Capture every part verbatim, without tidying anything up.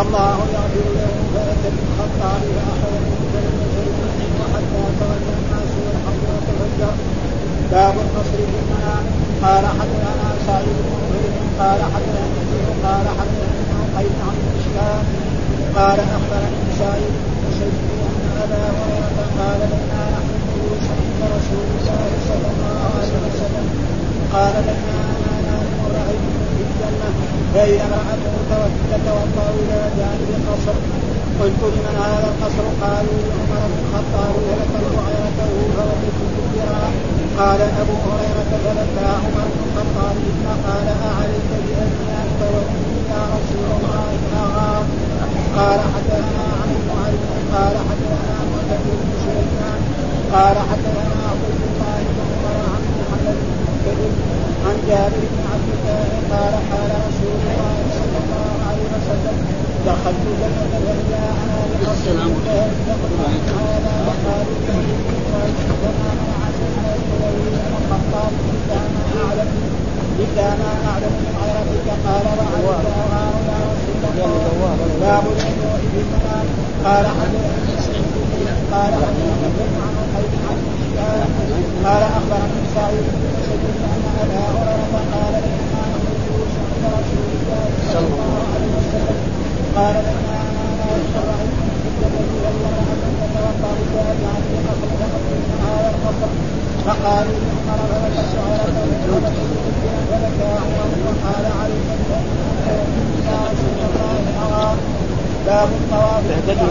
الله يغفر له فأتى بالخطاب فأخذ من فلم يسلم حتى تولى الناس والحق وتفجر. باب القصر في المنام. قال حدثنا سعيد بن عبيد قال حدثنا كثير قال حدثنا قيس عن الشام قال أخبرني سعيد بن سيد أن أبا هريرة قال لنا نحن جلوس عند رسول الله صلى الله عليه وسلم قال لنا أنا نعلم رأيت في الجنة فإذا امرأة تتوضأ إلى جانب القصر. قلت لمن هذا القصر؟ قالوا عمر بن الخطاب فذكرت عيرته فوقفت بالذراع. قال أبو هريرة فبكى عمر بن الخطاب ثم قال أعليك بأبي أنت وأمي يا رسول الله أغار. قال حدثنا عن معاذ قال حدثنا محمد بن سليمان قال حدثنا عبد الله بن عمر عن محمد بن منكدر عن جابر بن عبد الله قال قال رسول الله صلى الله عليه وسلم دخلت جنة فإذا أنا بقصر فهل هذا وقالوا فما منعتنا الذين الخطاب إلا ما أعلم إلا ما أعلم من غيرتك. قال وعليك أغار يا رسول الله. باب الوضوء في المنام. قال حدثنا قال حدثنا عن قيس عن الشام قال أخبرني سعيد بن سعيد أن أبا هريرة قال لنا نحن جلوس عند رسول الله صلى الله عليه وسلم قال لنا أنا نشرع هذا القصر. فقالوا عمر فبكى عمر فبكى عمر وقال عليك يا رسول الله أغار. باب الطواف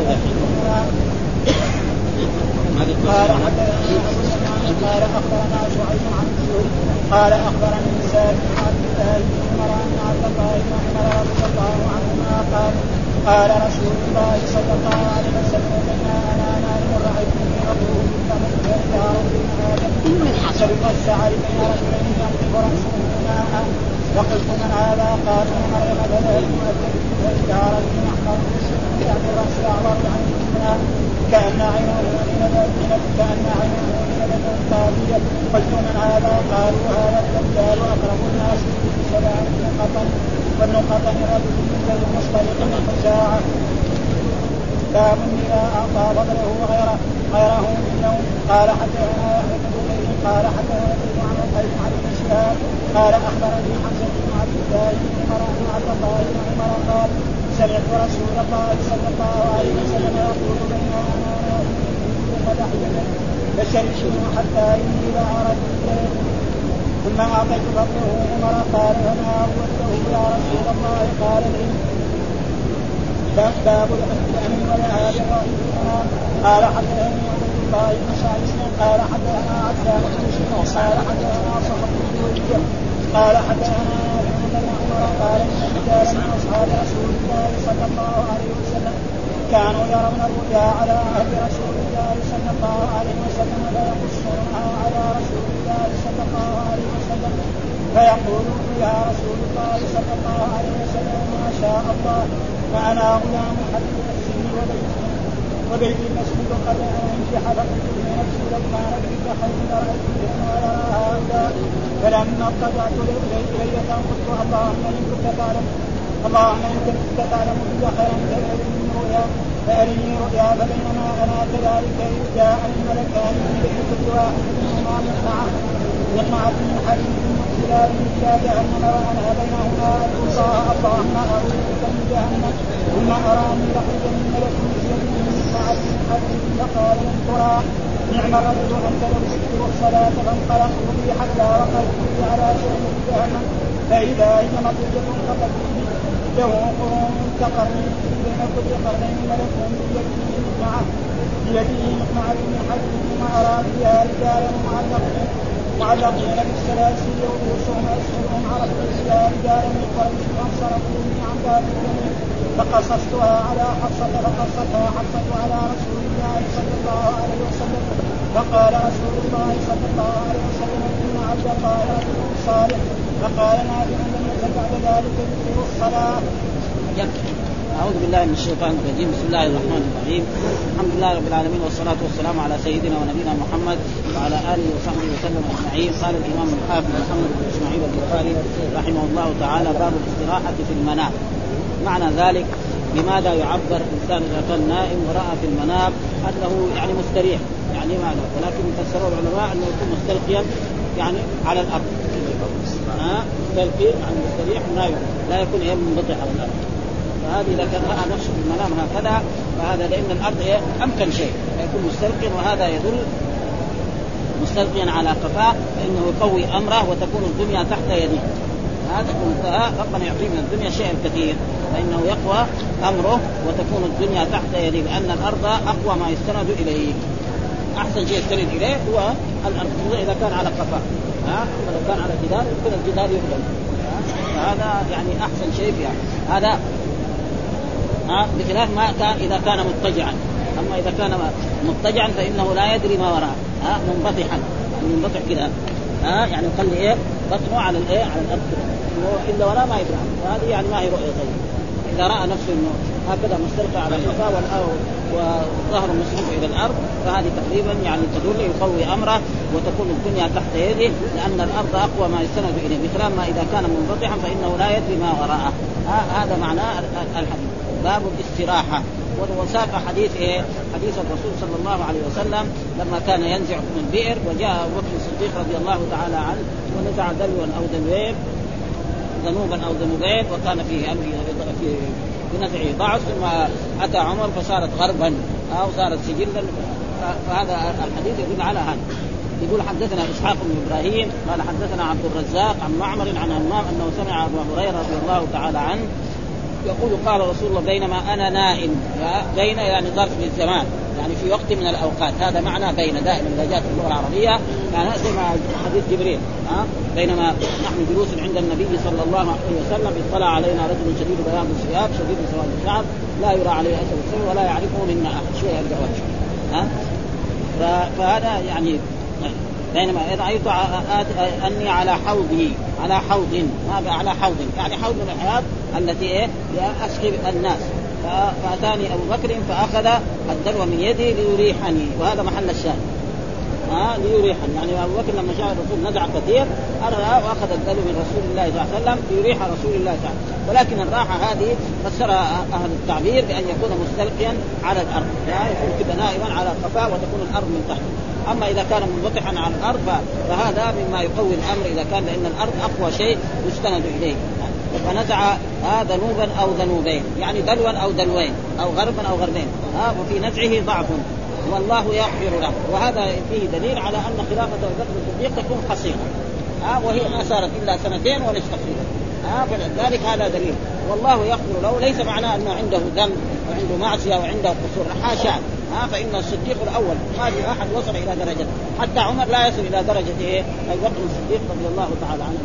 قال قال أخبرنا شعيب عن الزهري قال أخبرني سالم عن الله بن عمر أن عبد الله بن عمر رضي الله عنهما قال قال رسول الله صلى الله عليه وسلم إنا أنا نعلم الرعيت من ربه فمن فإذا ربنا آدم سبق السعر بين رجلين ينقب رأسه ماء. وقلت من هذا؟ قال عمر فذهب المؤذن فإذا رجل أحمر يأتي الرأس أعور عن الماء كأن عينه كأن عينه نبت طافية. قلت من هذا؟ قالوا هذا الدجال أقرب الناس بسبعة قطن وابن قطن رجل من المصطلق من خزاعة. باب إذا أعطى فضله غيره غيره من يوم. قال حدثنا يحيى بن بكير قال حدثنا عن قيس عن الشهاب قال أخبرني حمزة بن عبد الله بن عمر بن عبد الله بن عمر قال سمعت رسول الله صلى الله عليه وسلم يقول بين أنا ودحية فشربت حتى إني لأعرف ثم أعطيت فضله عمر قال فما أولته يا رسول الله؟ قال لي باب الأمن والعاب الرحيم. قال حدثني عبد الله بن سعيد قال حدثنا عبدان بن قال حدثنا صخر بن وليد قال حدثنا ابن عمر قال إن رجالا من أصحاب رسول الله صلى الله عليه وسلم كانوا يرون الرؤيا على عهد رسول الله صلى الله عليه وسلم فيقصونها على رسول الله صلى الله عليه وسلم فيقولون يا رسول الله صلى الله عليه وسلم ما شاء الله وأنا غلام حديث نفسه وبيتي وبيتي المسجد قد أنجح فقلت لنفسي لو كان بك خير رأيت بهم ولا هؤلاء. فلما اضطجعت إلي قلت اللهم إن كنت تعلم اللهم إن كنت تعلم بي خيرا فأرني رؤيا فأرني رؤيا فبينما أنا كذلك إذ جاء الملكان من بين كل واحد منهما مصنعة مصنعة من حديد مقتلال إلى جهنم وأنا بينهما أدعو الله اللهم أعوذ بك من جهنم. ثم أراني لقيا من ملك بيده مصنعة من حديد فقال من ترى نعم الرجل أنت لو تكثر الصلاة فانطلقت بي حتى وقفت بي على شأن جهنم فإذا هي مطية فقد له قرون كقرن بين كل قرنين ملك بيده مصنعة بيده مصنعة من حديد ثم أرى فيها رجالا معلقين معلقين بالسلاسل ورؤوسهم أسفلهم عرفت فيها رجالا من قريش فانصرفوني عن ذات اليمين فقصصتها على حفصة فقصتها حفصة على رسول الله صلى الله عليه وسلم. فقال رسول الله صلى الله عليه وسلم إن عبد الله رجل صالح. فقال نافع لم يزل بعد ذلك يذكر الصلاة. أعوذ بالله من الشيطان الرجيم. بسم الله الرحمن الرحيم. الحمد لله رب العالمين والصلاة والسلام على سيدنا ونبينا محمد وعلى آله وصحبه وسلم أجمعين. قال الإمام الحافظ محمد بن إسماعيل البخاري رحمه الله تعالى: باب الاستراحة في المنام. معنى ذلك لماذا يعبر الإنسان إذا كان نائم ورأى في المنام أنه يعني مستريح يعني ماذا؟ ولكن فسروا العلماء أنه يكون مستلقيا يعني على الأرض ها مستلقي يعني مستريح نايم لا يكون إيه منبطح على الأرض. فهذه إذا كان رأى نفسه في المنام هكذا فهذا لأن الأرض إيه أمكن شيء يكون مستلقيا، وهذا يدل مستلقيا على قفاه فإنه يقوي أمره وتكون الدنيا تحت يده. هذا ربنا يعطيه من الدنيا شيء كثير فإنه يقوى أمره وتكون الدنيا تحت يده، لأن الأرض أقوى ما يستند إليه. أحسن شيء يستند إليه هو الأرض إذا كان على قفاه، ها إذا كان على الجدار يمكن الجدار يهدم، فهذا يعني أحسن شيء فيها هذا ها بخلاف ما كان إذا كان مضطجعا. أما إذا كان مضطجعا فإنه لا يدري ما وراءه ها منبطحا يعني منبطح كده ها يعني يخلي إيه بطنه على الإيه على الأرض إلا ولا ما يدري، وهذه يعني ما هي رؤية طيبة. إذا رأى نفسه إنه هكذا مستلقى على القفا وظهر مسلم إلى الأرض فهذه تقريبا يعني تدل يقوي أمره وتكون الدنيا تحت يده، لأن الأرض أقوى ما يستند إليه، بخلاف ما إذا كان منبطحا فإنه لا يدري ما وراءه. هذا معناه الحديث. باب الاستراحة. وساق حديث إيه؟ حديث الرسول صلى الله عليه وسلم لما كان ينزع من البئر وجاء أبو بكر الصديق رضي الله تعالى عنه ونزع دلوا أو دلوين ذنوبا أو ذنوبين وكان في أمر في بنزعه ضعف، ثم أتى عمر فصارت غربا أو صارت سجلا. فهذا الحديث يدل على هذا. يقول حدثنا إسحاق بن إبراهيم قال حدثنا عبد الرزاق عن معمر عن همام أنه سمع أبو هريرة رضي الله تعالى عنه يقول قال رسول الله بينما أنا نائم، بين يعني ظرف للزمان يعني في وقت من الأوقات، هذا معنى بين دائما إذا جاءت اللغة العربية يعني زي ما حديث جبريل ها بينما نحن جلوس عند النبي صلى الله عليه وسلم اطلع علينا رجل شديد بياض الثياب شديد سواد الشعر لا يرى عليه أثر السوء ولا يعرفه منا أحد شوية الجواب ها فهذا يعني بينما رأيت أني على حوضي على حوض ما على حوض يعني حوض من الحياة التي إيه أسقي الناس، فأتاني أبو بكر فأخذ الدلو من يدي ليريحني، وهذا محل الشاهد ها ليريحني يعني أبو بكر لما جاء الرسول نزع كثير أرى وأخذ الدلو من رسول الله صلى الله عليه وسلم ليريح رسول الله تعالى. ولكن الراحة هذه فسرها أهل التعبير بأن يكون مستلقيا على الأرض يعني يكون كده نائما على القفاء وتكون الأرض من تحت. أما إذا كان منبطحا على الأرض فهذا مما يقوي الأمر إذا كان لأن الأرض أقوى شيء يستند إليه. فنزع ذنوبا أو ذنوبين يعني دلوا أو دلوين أو غربا أو غربين ها وفي نزعه ضعف والله يغفر له. وهذا فيه دليل على أن خلافة أبو بكر الصديق تكون قصيرة ها وهي ما صارت إلا سنتين ونصف تقريبا ها فلذلك هذا دليل والله يغفر له. ليس معناه أنه عنده ذنب وعنده معصية وعنده قصور حاشا ها فإن الصديق الأول ما في أحد وصل إلى درجة حتى عمر لا يصل إلى درجة إيه أبو بكر الصديق رضي الله تعالى عنه.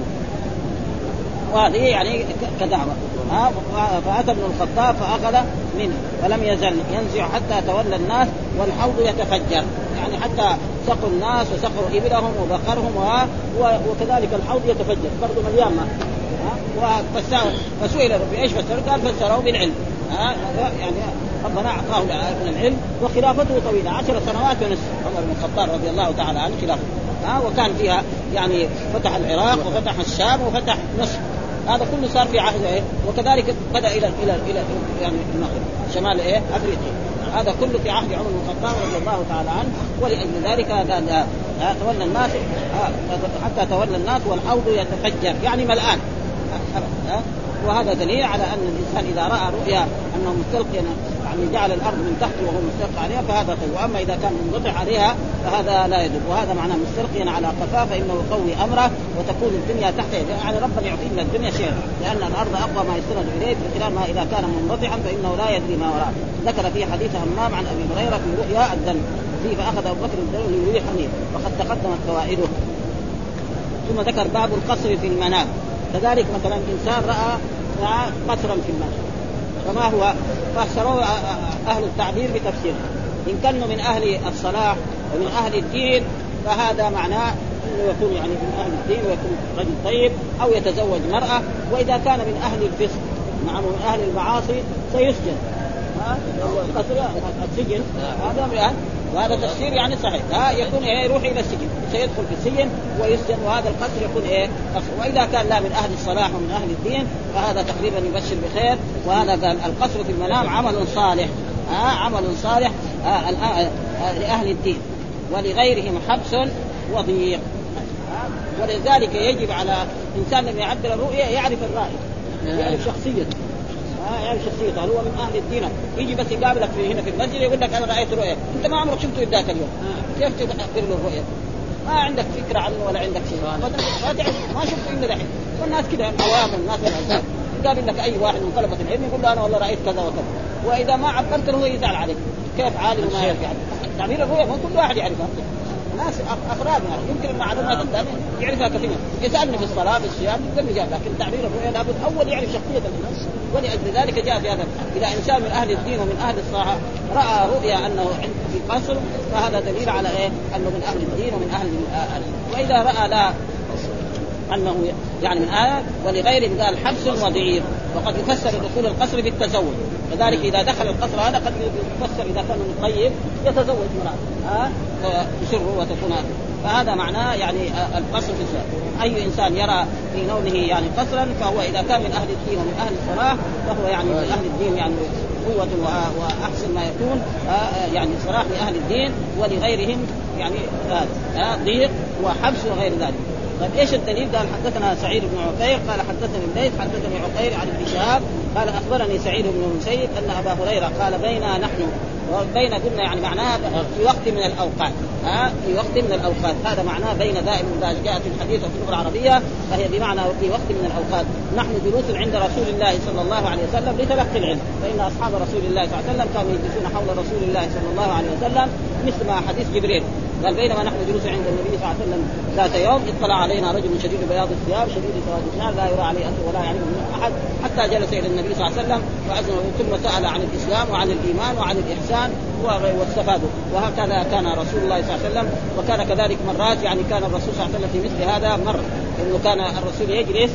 وهذه يعني كدعوة ها فأتى ابن الخطاب فأخذ منه فلم يزل ينزع حتى تولى الناس والحوض يتفجر يعني حتى سقوا الناس وسقوا إبلهم وبقرهم وكذلك الحوض يتفجر برضو مليان ماء. فسئل ربي إيش فسر قال فسره بالعلم ها يعني ربنا أعطاه من العلم وخلافته طويلة عشر سنوات ونصف عمر بن الخطاب رضي الله تعالى عنه خلافته ها وكان فيها يعني فتح العراق وفتح الشام وفتح مصر هذا كله صار في عهد إيه وكذلك بدأ إلى إلى إلى يعني المغرب شمال إيه أفريقيا هذا كله في عهد عمر بن الخطاب رضي الله تعالى عنه. ولأجل ذلك هذا تولى الناس حتى تولى الناس والحوض يتفجر يعني ملآن. وهذا دليل على أن الإنسان إذا رأى رؤيا أنه مستلقيا يعني جعل الأرض من تحته وهو مستلقي عليها فهذا طيب. وأما إذا كان منقطع عليها فهذا لا يدل. وهذا معناه مستلقيا على قفاه فإنه يقوي أمره وتكون الدنيا تحته يعني ربنا يعطي من الدنيا شيء لأن الأرض أقوى ما يستند إليه بخلاف ما إذا كان منقطعا فإنه لا يدري ما وراءه. ذكر في حديث همام عن أبي هريرة في رؤيا الدلو فيه فأخذ أبو بكر الدلو ليريحني وقد تقدمت فوائده. ثم ذكر باب القصر في المنام. كذلك مثلا إنسان رأى قصرا في المنام فما هو فسروا أهل التعبير بتفسير إن كانوا من أهل الصلاح ومن أهل الدين فهذا معناه أنه يكون يعني من أهل الدين ويكون رجل طيب أو يتزوج مرأة. وإذا كان من أهل الفسق معه من أهل المعاصي سيسجن السجن هذا وهذا تفسير يعني صحيح ها يكون يروح إلى السجن سيدخل في السجن ويسجن، وهذا القصر يكون إيه قصر. وإذا كان لا من أهل الصلاح ومن أهل الدين فهذا تقريبا يبشر بخير. وهذا قال القصر في المنام عمل صالح، آه عمل صالح آه آه آه لأهل الدين، ولغيرهم حبس وضيق. آه ولذلك يجب على إنسان لما يعبر الرؤية يعرف الرائي، يعرف شخصيته، آه يعرف شخصيته، هل هو من أهل الدين. يجي بس يقابلك في هنا في المسجد يقول لك أنا رأيت رؤية، أنت ما عمرك شفته ذاك اليوم، كيف تعبر له الرؤية؟ ما عندك فكرة عنه ولا عندك شيء، ما شفته إلا دحين. والناس كده عوام الناس الأنسان يقابل لك أي واحد من طلبة العلم يقول له أنا والله رأيت كذا وكذا، وإذا ما عبرت له يزعل عليك. كيف عالم ما يعرف يعني تعبير الرؤية؟ ما كل واحد يعرفها، ناس أفراد يعني يمكن المعلومات الثانية يعرفها كثيرا. يسألني في الصلاة في الصيام يقدر يجاوب، لكن تعبير الرؤية لابد أول يعرف شخصية الناس. ولأجل ذلك جاء في هذا إذا إنسان من أهل الدين ومن أهل الصلاة رأى رؤيا أنه في قصر فهذا دليل على إيه أنه من أهل الدين ومن أهل الأهل. وإذا رأى لا أنه يعني من آية ولغيره قال حبس وضعيف. وقد يفسر دخول القصر بالتزوج، كذلك إذا دخل القصر هذا قد يفسر إذا كان طيب يتزوج مرأة ها تسر وتكون. فهذا معناه يعني القصر في الزواج. أي إنسان يرى في نومه يعني قصرا فهو إذا كان من أهل الدين ومن أهل الصلاة فهو يعني من أهل الدين يعني قوة وأحسن ما يكون يعني صلاح لأهل الدين، ولغيرهم يعني ضيق وحبس وغير ذلك. طيب ايش الدليل؟ قال حدثنا سعيد بن عقيل قال حدثني الليث حدثني عقيل عن ابن شهاب قال اخبرني سعيد بن المسيب ان ابا هريره قال بينا نحن وبين قلنا يعني معناه في وقت من الاوقات، ها في وقت من الاوقات، هذا معناه بين دائما اذا جاءت الحديث في اللغه العربيه فهي بمعنى في وقت من الاوقات. نحن جلوس عند رسول الله صلى الله عليه وسلم لتلقي العلم، فان اصحاب رسول الله صلى الله عليه وسلم كانوا يجلسون حول رسول الله صلى الله عليه وسلم مثل ما حديث جبريل قال بينما نحن جلوس عند النبي صلى الله عليه وسلم ذات يوم اطلع علينا رجل شديد بياض الثياب شديد سواد الشعر لا يرى عليه اثر ولا يعرف منه احد حتى جلس الى النبي صلى الله عليه وسلم واذنه ثم سال عن الاسلام وعن الايمان وعن الاحسان واستفادوا. وهكذا كان رسول الله صلى الله عليه وسلم. وكان كذلك مرات يعني كان الرسول صلى الله عليه وسلم في مثل هذا مر انه كان الرسول يجلس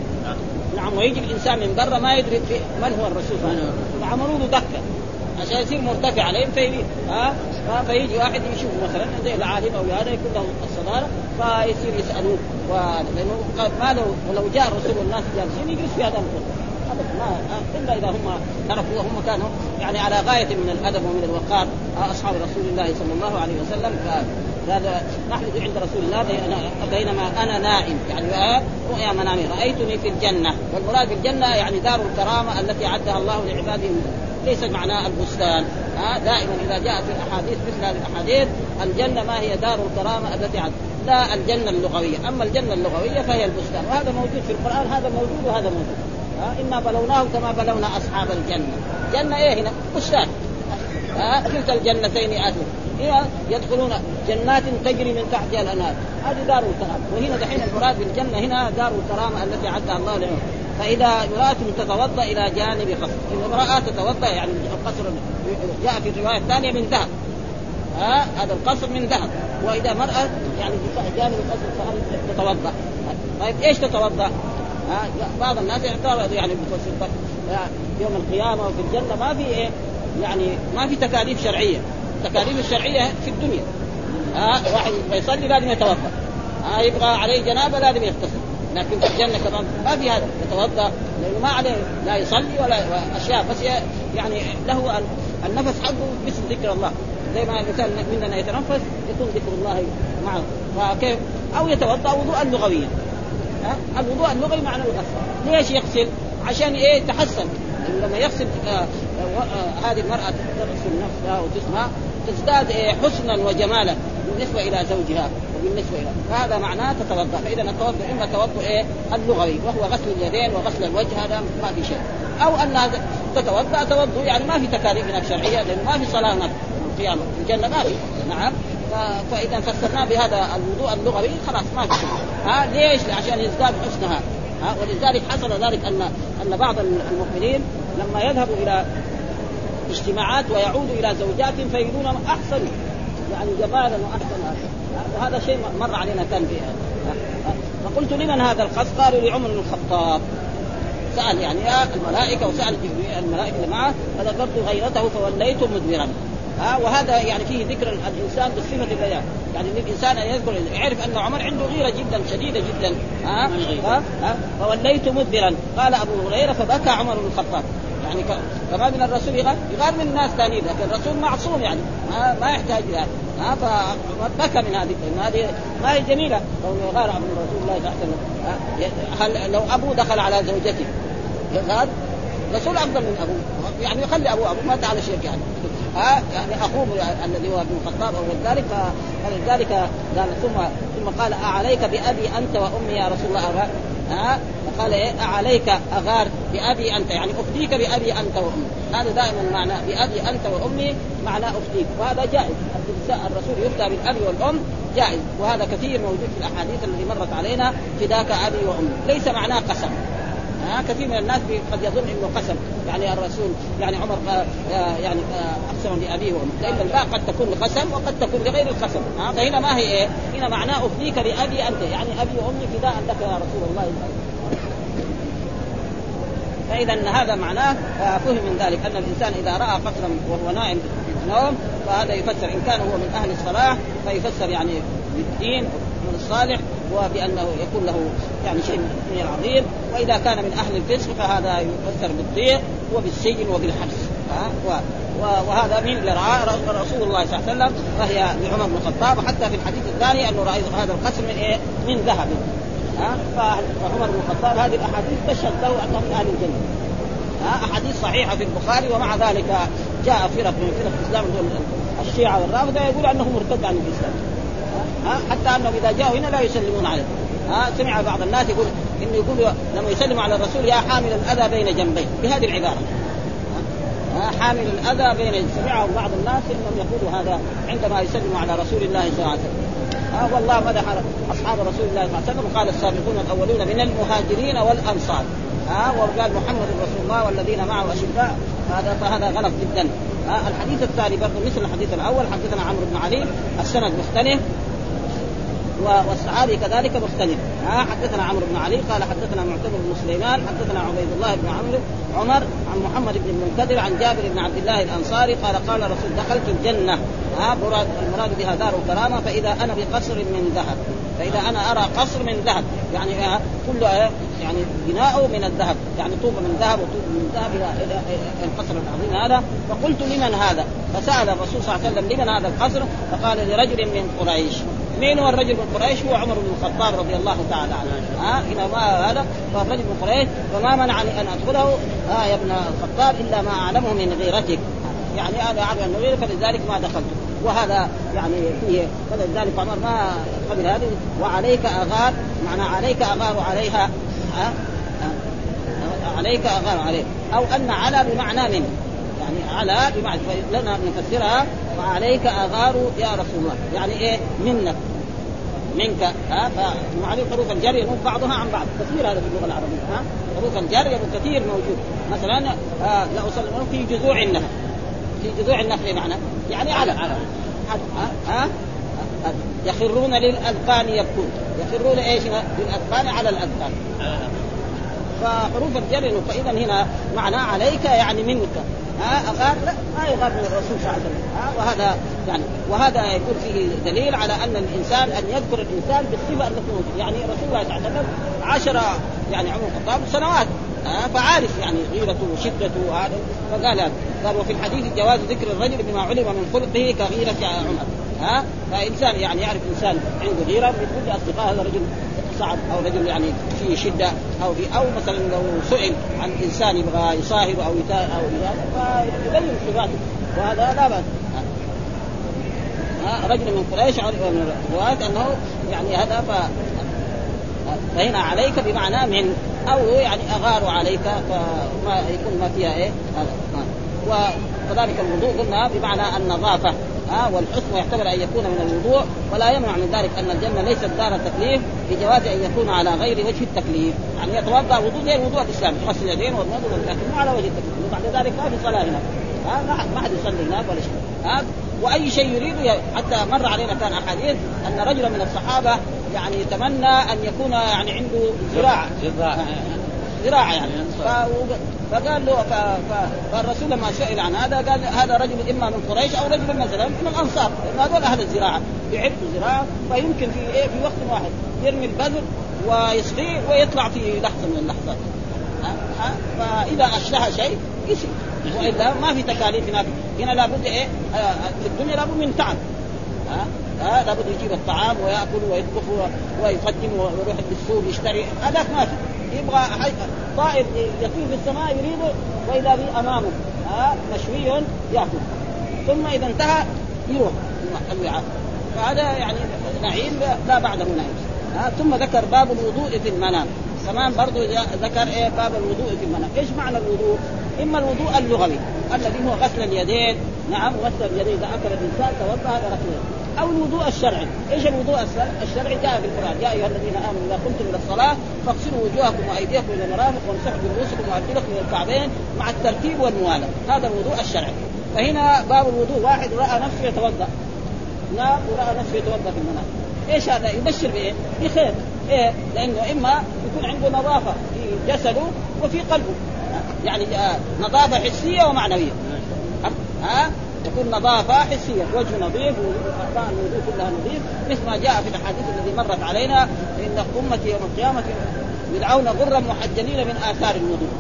نعم ويجي الانسان من برا ما يدري من هو الرسول صلى الله عليه وسلم فعملوا له دكه عشان يصير مرتفع عليهم فيجي ها فيجي واحد يشوف مثلا زي العالم او هذا يكون له الصداره فيصير يسالوه لانه ما لو ولو جاء الرسول والناس جالسين يجلس في هذا المكان ما الا اذا هم عرفوا هم كانوا يعني على غايه من الادب ومن الوقار اصحاب رسول الله صلى الله عليه وسلم. هذا نحن عند رسول الله بينما انا نائم يعني رؤيا منامي رايتني في الجنه، والمراد بالجنه يعني دار الكرامه التي اعدها الله لعباده ليس معناه البستان. ها دائما اذا جاء في الاحاديث مثل هذه الاحاديث الجنه ما هي دار الكرامه التي عد لا الجنه اللغويه، اما الجنه اللغويه فهي البستان، وهذا موجود في القران هذا موجود وهذا موجود. ها انا بلوناه كما بلونا اصحاب الجنه. جنه ايه هنا؟ بستان. ها كلتا الجنتين اتوا يدخلون جنات تجري من تحتها الانهار، هذه دار الكرامه. وهنا دحين المراد بالجنه هنا دار الكرامه التي عدها الله لهم. فإذا امرأة تتوضأ إلى جانب قصر، إن امرأة تتوضأ يعني القصر جاء في الرواية الثانية من ذهب، ها هذا القصر من ذهب. وإذا مرأة يعني جانب القصر فهذه تتوضأ. طيب إيش تتوضأ؟ ها بعض الناس يعتبر يعني بتوسط يوم القيامة وفي الجنة ما في إيه يعني ما في تكاليف شرعية. التكاليف الشرعية في الدنيا ها واحد يصلي لازم يتوضأ، ها يبغى عليه جنابة لازم يغتسل، لكن في الجنة كمان ما في هذا يتوضأ لأنه ما عليه لا يصلي ولا أشياء بس يعني له النفس حقه باسم ذكر الله زي ما الإنسان مننا يتنفس يكون ذكر الله معه. فكيف أو يتوضأ وضوءا لغويا. الوضوء اللغوي معناه الغسل. ليش يغسل؟ عشان إيه تحسن لما يغسل آه آه آه هذه المرأة تغسل نفسها وجسمها تزداد إيه حسنا وجمالا بالنسبة إلى زوجها وبالنسبة إلى هذا معناه تتوضأ. فإذا التوضؤ إما التوضؤ إيه اللغوي وهو غسل اليدين وغسل الوجه هذا ما في شيء، أو أن تتوضأ توضؤ يعني ما في تكاليف هناك شرعية لأن ما في صلاة نفس القيامة في الجنة ما في. نعم فإذا فسرناه بهذا الوضوء اللغوي خلاص ما في شيء. ها ليش؟ عشان يزداد حسنها. ها ولذلك حصل ذلك أن أن بعض المؤمنين لما يذهبوا إلى اجتماعات ويعودوا إلى زوجات فيجدون أحسن يعني جمالا وأحسن. وهذا شيء مر علينا كان فيها. فقلت لمن هذا الخص؟ قالوا لعمر بن الخطاب. سأل يعني الملائكة وسأل الملائكة اللي معه فذكرت غيرته فوليت مدبرا. ها. وهذا يعني فيه ذكر الانسان بالصفه اللي يعني الانسان ان يذكر يعرف ان عمر عنده غيره جدا شديده جدا ها. ها فوليت مدبرا قال ابو هريره فبكى عمر بن الخطاب. يعني كما من الرسول يغار يغار من الناس ثانيين، لكن الرسول معصوم يعني ما, ما يحتاج لها. ها فبكى من هذه هذه ما هي جميله لو يغار عن رسول الله صلى الله عليه وسلم. هل لو ابوه دخل على زوجته يغار؟ رسول افضل من ابوه يعني يخلي ابوه ابوه مات على شرك يعني ها يعني اخوه الذي هو ابن الخطاب او ذلك. فلذلك قال ثم ثم قال اعليك بابي انت وامي يا رسول الله أغار؟ ها قال ايه اعليك اغار بابي انت يعني افديك بابي انت وامي. هذا دائما معنى بابي انت وامي معنى افديك، وهذا جائز. الرسول يفدى بالاب والام جائز، وهذا كثير موجود في الاحاديث التي مرت علينا فداك ابي وامي. ليس معناه قسم. ها كثير من الناس قد يظن انه قسم يعني الرسول يعني عمر يعني اقسم بابيه وامه، لان الباء قد تكون قسم وقد تكون بغير القسم. ها فهنا ما هي ايه؟ هنا معناه افديك بابي انت يعني ابي وامي فداء لك يا رسول الله. فاذا هذا معناه فهم من ذلك ان الانسان اذا راى قصرا وهو نائم في النوم فهذا يفسر ان كان هو من اهل الصلاح فيفسر يعني بالدين من الصالح وبأنه يكون له يعني شيء من العظيم، وإذا كان من أهل الفسق فهذا يفسر بالضيق وبالسجن وبالحبس. وهذا من اللي رأى رسول الله صلى الله عليه وسلم وهي لعمر بن الخطاب. وحتى في الحديث الثاني أنه رأى هذا القصر من إيه؟ من ذهب. فعمر بن الخطاب هذه الأحاديث تشهد له أنه من أهل الجنة. أحاديث صحيحة في البخاري. ومع ذلك جاء فرق من فرق الإسلام الشيعة والرافضة يقول أنه مرتد عن الإسلام، حتى أنه إذا جاءوا هنا لا يسلمون عليه. ها سمع بعض الناس يقول إنه يقول لما يسلم على الرسول يا حامل الأذى بين جنبيه بهذه العبارة. ها حامل الأذى بين سمعه بعض الناس إنهم يقولوا هذا عندما يسلموا على رسول الله صلى الله عليه وسلم. ها والله مدح أصحاب رسول الله صلى الله عليه وسلم وقال السابقون الأولون من المهاجرين والأنصار. ها وقال محمد رسول الله والذين معه أشداء. هذا فهذا غلط جدا. الحديث الثاني برضه مثل الحديث الأول حدثنا عمرو بن علي السند مختلف والصحابي كذلك مختلف. ها حدثنا عمرو بن علي قال حدثنا معتمر بن سليمان حدثنا عبيد الله بن عمرو عمر عن محمد بن المنكدر عن جابر بن عبد الله الأنصاري قال قال رسول دخلت الجنة. ها المراد بها دار الكرامة فإذا أنا بقصر من ذهب. فإذا أنا أرى قصر من ذهب يعني كل يعني بناؤه من الذهب يعني طوب من ذهب وطوب من ذهب إلى القصر العظيم هذا. فقلت لمن هذا؟ فسأل الرسول صلى الله عليه وسلم لمن هذا القصر؟ فقال لرجل من قريش. مين هو الرجل من قريش؟ هو عمر بن الخطاب رضي الله تعالى عنه. ها هنا ما هذا فالرجل من قريش فما منعني أن أدخله ها يا ابن الخطاب إلا ما أعلمه من غيرتك يعني أنا أعلم أنه غير فلذلك ما دخلت. وهذا يعني فيه فلذلك عمر ما قبل هذه. وعليك أغار معنى عليك أغار عليها. ها عليك أغار عليه أو أن على بمعنى من يعني على بمعنى لنا نفسرها وعليك أغار يا رسول الله يعني إيه منك منك. ها فمعنى حروف الجر ينوب بعضها عن بعض كثير هذا في اللغة العربية. ها حروف الجر ينوب كثير موجود مثلا آه لا أصل في جذوع النخل في جذوع النخل معنى يعني على على ها ها يخرون للأذقان يبكون يخرون إيش للأذقان على الأذقان. فحروف الجر فإذا هنا معنى عليك يعني منك. ها أغار لا ما يغار من الرسول صلى الله عليه وسلم. وهذا يعني وهذا يكون فيه دليل على أن الإنسان أن يذكر الإنسان بالصفة التي موجودة. يعني رسول الله صلى الله عليه وسلم عشر يعني عمر الخطاب سنوات فعارف يعني غيرته وشدته هذا فقال هذا. قال وفي الحديث جواز ذكر الرجل بما علم من خلقه كغيرة عمر. ها فإنسان يعني يعرف إنسان عنده غيرة بيقول أصدقاء هذا رجل صعب أو رجل يعني فيه شدة أو في أو مثلا لو سئل عن إنسان يبغى يصاهر أو يتا أو فيبين صفاته وهذا لا بأس. رجل من قريش من الروايات أنه يعني هذا ف... فهنا عليك بمعنى من أو يعني أغار عليك فما يكون ما فيها إيه هذا. وكذلك الوضوء قلنا بمعنى النظافة ها والحسن يحتمل أن يكون من الوضوء ولا يمنع من ذلك أن الجنة ليست دار التكليف بجواز أن يكون على غير وجه التكليف. يعني يتوضأ وضوء غير وضوء الإسلام يغسل اليدين والوضوء لكن مو على وجه التكليف. وبعد ذلك ما في صلاة هناك ها ما حد يصلي هناك ولا شيء. ها وأي شيء يريد حتى مر علينا كان أحاديث أن رجلا من الصحابة يعني يتمنى أن يكون يعني عنده زراعة ذراع يعني. فقال له فالرسول لما سئل عن هذا قال هذا رجل إما من قريش أو رجل مثلا من الأنصار، لأن هذول أهل الزراعة يعبوا زراعة، فيمكن في إيه في وقت واحد يرمي البذر ويسقيه ويطلع في لحظة من اللحظات. فإذا أشتهى شيء يسقي، وإلا ما في تكاليف هناك. هنا لابد إيه في الدنيا لابد من تعب. ها لابد يجيب الطعام ويأكل ويطبخ ويقدم ويروح بالسوق يشتري، هذاك ما في. يبغى طائر يطير في السماء يريده وإذا به أمامه ها مشوي يأكل، ثم إذا انتهى يروح الوعاء. فهذا يعني نعيم لا بعده نعيم. ها ثم ذكر باب الوضوء في المنام كمان برضو ذكر إيه باب الوضوء في المنام. إيش معنى الوضوء؟ إما الوضوء اللغوي الذي هو غسل اليدين، نعم غسل اليدين إذا أكل الإنسان توضأ هذا غسل اليدين، أو الوضوء الشرعي. إيش الوضوء الشرعي؟ جاء في القرآن يا أيها الذين آمنوا إذا قمتم إلى الصلاة فاغسلوا وجوهكم وأيديكم إلى المرافق وامسحوا برؤوسكم وأرجلكم إلى الكعبين مع الترتيب والموالاة. هذا الوضوء الشرعي. فهنا باب الوضوء واحد رأى نفسه يتوضأ نام ورأى نفسه يتوضأ في المنام. إيش هذا؟ يبشر بإيه؟ بخير. إيه؟ لأنه إما يكون عنده نظافة في جسده وفي قلبه، يعني نظافة حسية ومعنوية. ها تكون نظافة حسية، وجه نظيف وأركان الوضوء كلها نظيف، مثل ما جاء في الأحاديث التي مرت علينا إن أمتي يوم القيامة يدعون غرا محجلين من آثار الوضوء.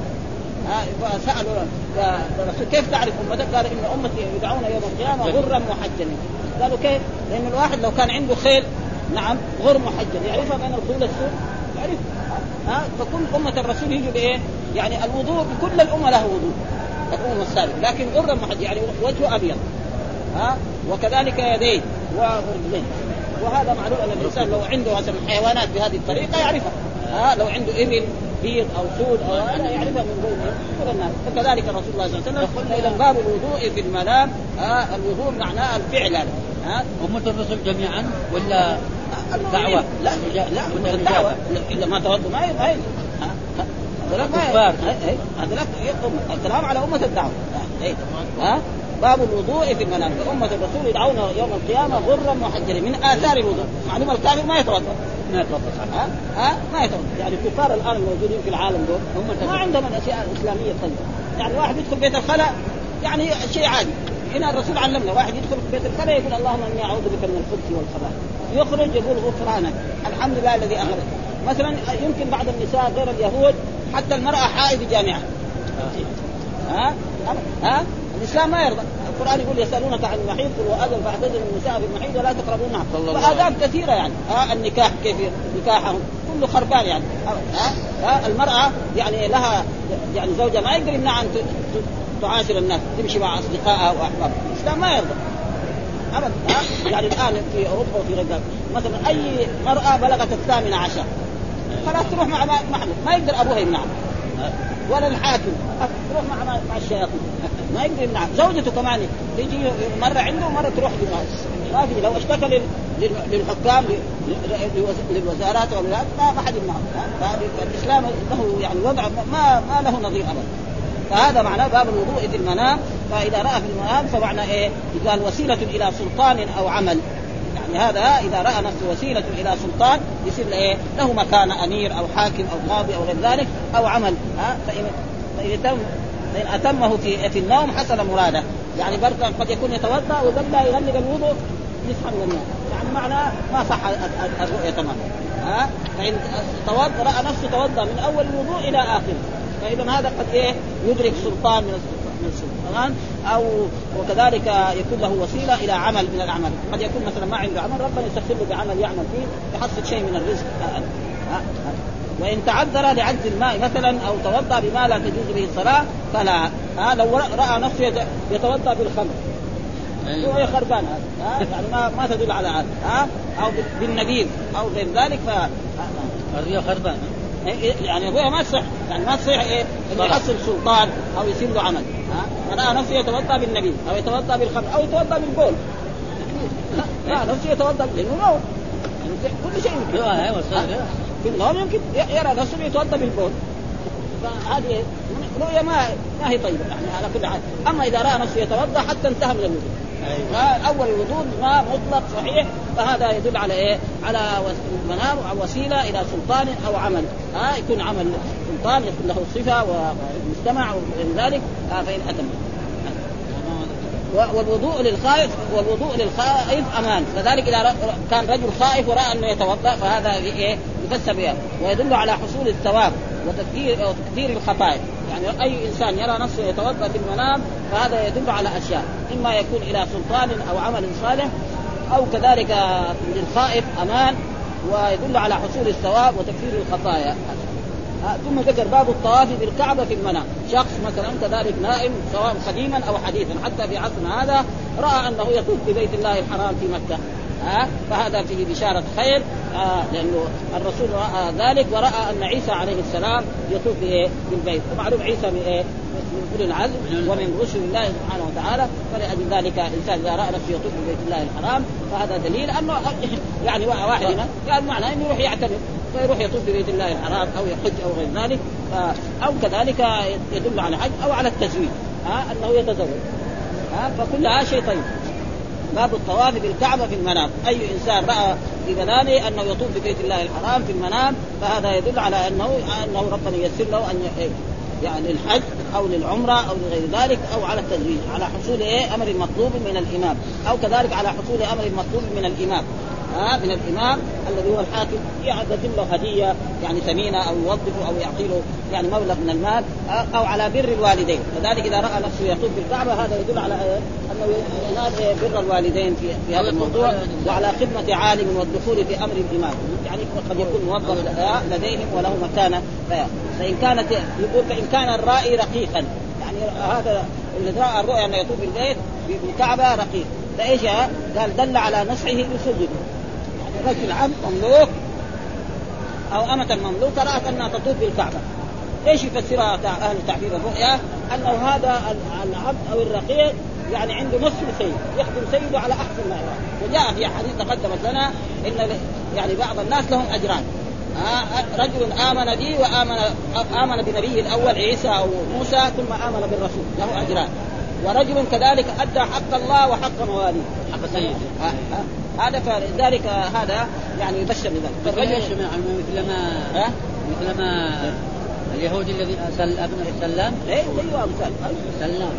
فسألوا الرسول كيف تعرف أمتك؟ قال إن أمتي يدعون يوم القيامة غرا محجلين. قالوا كيف؟ لأن الواحد لو كان عنده خيل نعم غر محجل يعرفها بين الخيول السود يعرف. ها فكل أمة الرسول يجوا بإيه؟ يعني الوضوء بكل الأمة له وضوء الأمم السابقة، لكن غر محجل يعني وجهه أبيض. ها وكذلك يديه ورجليه. وهذا معلوم أن الإنسان لو عنده مثلا حيوانات بهذه الطريقة يعرفها. ها لو عنده إبل بيض أو سود أو هذا يعرفها من بين الناس. فكذلك الرسول الله صلى الله عليه وسلم. إذا باب الوضوء في المنام الوضوء معناه الفعل. ها أمة الرسل جميعا ولا الدعوة؟ لا لا الدعوة إلا ما توضوا ما ما هذا هذا الكلام على أمة الدعوة. ها باب الوضوء في المنام. أمة الرسول يدعون يوم القيامة غرا محجلين من آثار الوضوء. معلوم الكافر ما يتوضأ ما يتوضأ ها ها ما يتوضأ. يعني الكفار الآن الموجودين في العالم دول ما عندهم الأشياء الإسلامية الطيبة. يعني واحد يدخل بيت الخلاء يعني شيء عادي. هنا الرسول علمنا واحد يدخل بيت الخلاء يقول اللهم إني أعوذ بك من الخبث والخبائث، يخرج يقول غفرانك الحمد لله الذي أخرج. مثلا يمكن بعض النساء غير اليهود حتى المرأة حائض جامعة. ها ها الإسلام ما يرضى. القرآن يقول يسألونك عن المحيض قل وأذن فاعتزلوا النساء في المحيض ولا تقربوهن. فآداب كثيرة يعني. ها النكاح كيف نكاحهم كله خربان يعني. ها ها المرأة يعني لها يعني زوجها ما يقدر يمنع أن تعاشر الناس تمشي مع أصدقائها وأحبابها. الإسلام ما يرضى أبدا. يعني الآن في أوروبا وفي غيرها مثلا أي مرأة بلغت الثامنة عشر خلاص تروح مع محمد ما يقدر أبوها يمنعها ولا الحاكم تروح مع مع الشياطين ما يقدر يمنعها. زوجته كمان تيجي مرة عنده ومرة تروح للناس ما في. لو اشتكى للحكام للوزارات أو ما ما حد يمنعه. فالإسلام له يعني وضع ما ما له نظير أبدا. فهذا معناه باب الوضوء في المنام. فإذا رأى في المنام فمعنى إيه؟ قال وسيلة إلى سلطان أو عمل. يعني هذا إذا رأى نفسه وسيلة إلى سلطان يصير إيه؟ له مكان أمير أو حاكم أو قاضي أو غير ذلك أو عمل. ها فإن فإن تم فإن أتمه في في النوم حصل مراده. يعني برضه قد يكون يتوضأ وقبل لا يغلق الوضوء يصحى من النوم يعني معناه ما صح الرؤية تمام. ها فإن توضأ رأى نفسه توضأ من أول الوضوء إلى آخره فإذا هذا قد إيه يدرك سلطان من من السلطان. أو وكذلك يكون له وسيلة إلى عمل من الأعمال. قد يكون مثلا ما عنده عمل ربنا يسخر له بعمل يعمل فيه يحصل شيء من الرزق. وإن تعذر لعجز الماء مثلا أو توضأ بما لا تجوز به الصلاة فلا. ها لو رأى نفسه يتوضأ بالخمر هو خربان هذا يعني ما ما تدل على هذا. ها أو بالنبيذ أو غير ذلك ف هذا خربان يعني هو ما صح يعني ما صح إيه إنه يحصل سلطان أو يصير له عمل. ها أنا نفسي يتوضأ بالنبيذ أو يتوضأ بالخمر أو يتوضأ بالبول. لا نفسي يتوضأ لأنه نوم كل شيء يمكن. في النوم يمكن يرى نفسه يتوضأ بالبول. فهذه رؤية ما ما هي طيبة يعني على كل حال. أما إذا رأى نفسه يتوضأ حتى انتهى من الوضوء. أول الوضوء ما مطلق صحيح فهذا يدل على إيه؟ على منام أو وسيلة إلى سلطان أو عمل. ها يكون عمل سلطان يكون له صفة ومجتمع وذلك فإن أتم. والوضوء للخائف والوضوء للخائف أمان، كذلك إذا كان رجل خائف ورأى أنه يتوضأ فهذا يفسر بها، ويدل على حصول الثواب وتكثير وتكثير الخطايا. يعني أي إنسان يرى نفسه يتوضأ في المنام فهذا يدل على أشياء، إما يكون إلى سلطان أو عمل صالح، أو كذلك للخائف أمان ويدل على حصول الثواب وتكثير الخطايا. ثم ذكر باب الطواف بالكعبة في المنام. شخص مثلا كذلك نائم سواء قديما أو حديثا حتى في عصرنا هذا رأى أنه يطوف ببيت الله الحرام في مكة، ها فهذا فيه بشارة خير، آه لأنه الرسول رأى ذلك ورأى أن عيسى عليه السلام يطوف بالبيت، ومعلوم عيسى من إيه؟ من أولي العزم ومن رسل الله سبحانه وتعالى، فلأجل ذلك الإنسان إذا رأى نفسه يطوف ببيت الله الحرام فهذا دليل أنه يعني واحد هنا قال معنى أنه يروح يعتمر فيروح يطوف ببيت الله الحرام أو يحج أو غير ذلك، أو كذلك يدل على حج أو على التزويج، ها أنه يتزوج، ها فكلها شيء طيب. باب الطواف بالكعبة في المنام. أي إنسان رأى في منامه أنه يطوف ببيت الله الحرام في المنام فهذا يدل على أنه أنه ربنا ييسر له أن يعني الحج أو للعمرة أو لغير ذلك أو على التزويج، على حصول إيه أمر مطلوب من الإمام، أو كذلك على حصول أمر مطلوب من الإمام، ها من الإمام الذي هو الحاكم يقدم له هدية يعني ثمينة أو يوظفه أو يعطي له يعني مبلغ من المال، أو على بر الوالدين. كذلك إذا رأى نفسه يطوف بالكعبة هذا يدل على أنه ينال بر الوالدين في, في هذا الموضوع، وعلى خدمة عالم والدخول في أمر الإمام، يعني قد يكون موظف لديهم وله مكانة. فإن كانت يقول فإن كان الرائي رقيقا، يعني هذا الذي رأى الرؤيا أنه يطوف بالبيت بالكعبة رقيق، فإيش قال دل على نصحه بسجده. يعني رجل عبد مملوك أو أمة مملوكة رأت أنها تطوف بالكعبة، إيش يفسرها أهل تعبير الرؤيا؟ أنه هذا العبد أو الرقيق يعني عنده نصف سيد يخدم سيده على أحسن ما يراه. وجاء في حديث تقدمت لنا إن يعني بعض الناس لهم أجران، آه رجل آمن بي وآمن آمن بنبيه الأول عيسى أو موسى ثم آمن بالرسول له أجران، ورجل كذلك أدى حق الله وحق مواليه حق سيده. هذا فلذلك هذا يعني يبشر بذلك. الرجل مثل ما ها مثل ما اليهودي الذي أسل ابن السلام إيه أيوة مثال سلام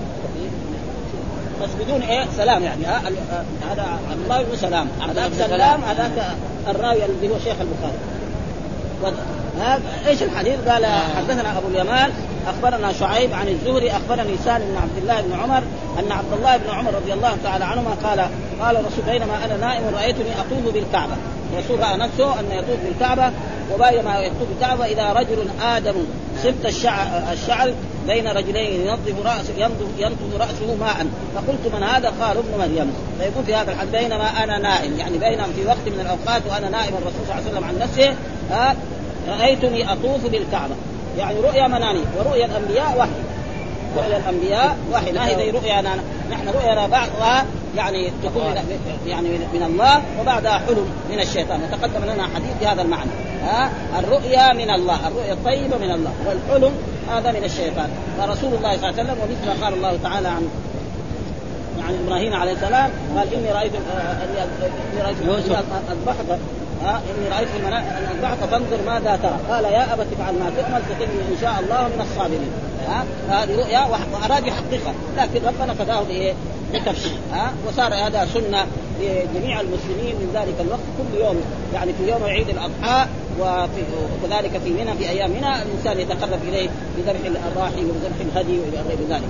بس بدون إيه سلام، يعني هذا عبد الله بن سلام، هذا سلام هذاك الراوي الذي هو شيخ البخاري. هذا ايش الحديث؟ قال حدثنا ابو اليمان اخبرنا شعيب عن الزهري اخبرني سالم بن عبد الله بن عمر ان عبد الله بن عمر رضي الله تعالى عنهما قال قال الرسول بينما انا نائم رايتني اطوف بالكعبه. الرسول راى نفسه ان يطوف بالكعبه، وبينما يطوف بالكعبه اذا رجل ادم سبت الشعر, الشعر بين رجلين ينظف راسه ينظف راسه ماء، فقلت من هذا؟ قال ابن مريم. فيقول في هذا الحديث بينما انا نائم، يعني بينما في وقت من الاوقات وانا نائم الرسول صلى الله عليه وسلم عن نفسه ها رأيتني أطوف بالكعبة، يعني رؤيا منامي ورؤيا الأنبياء واحد، رؤيا الأنبياء واحد، ما هي رؤيانا نحن رؤيا بعضها يعني تكون يعني من الله وبعدها حلم من الشيطان، وتقدم لنا حديث بهذا المعنى، ها الرؤيا من الله، الرؤيا الطيبة من الله، والحلم هذا من الشيطان. فرسول الله صلى الله عليه وسلم ومثل ما قال الله تعالى عن عن إبراهيم عليه السلام قال إني رأيت إني رأيت أذبحك ها إني رأيت في المنام أن أذبحك فانظر ماذا ترى، قال يا أبت افعل ما تؤمر ستجدني إن شاء الله من الصابرين. ها هذه رؤيا وأراد يحققها، لكن ربنا فداه بإيه؟ بتفسير. ها وصار هذا سنة لجميع المسلمين من ذلك الوقت كل يوم، يعني في يوم عيد الأضحى وكذلك في منى في أيام منى الإنسان يتقرب إليه بذبح الأضاحي وذبح الهدي وإلى غير ذلك.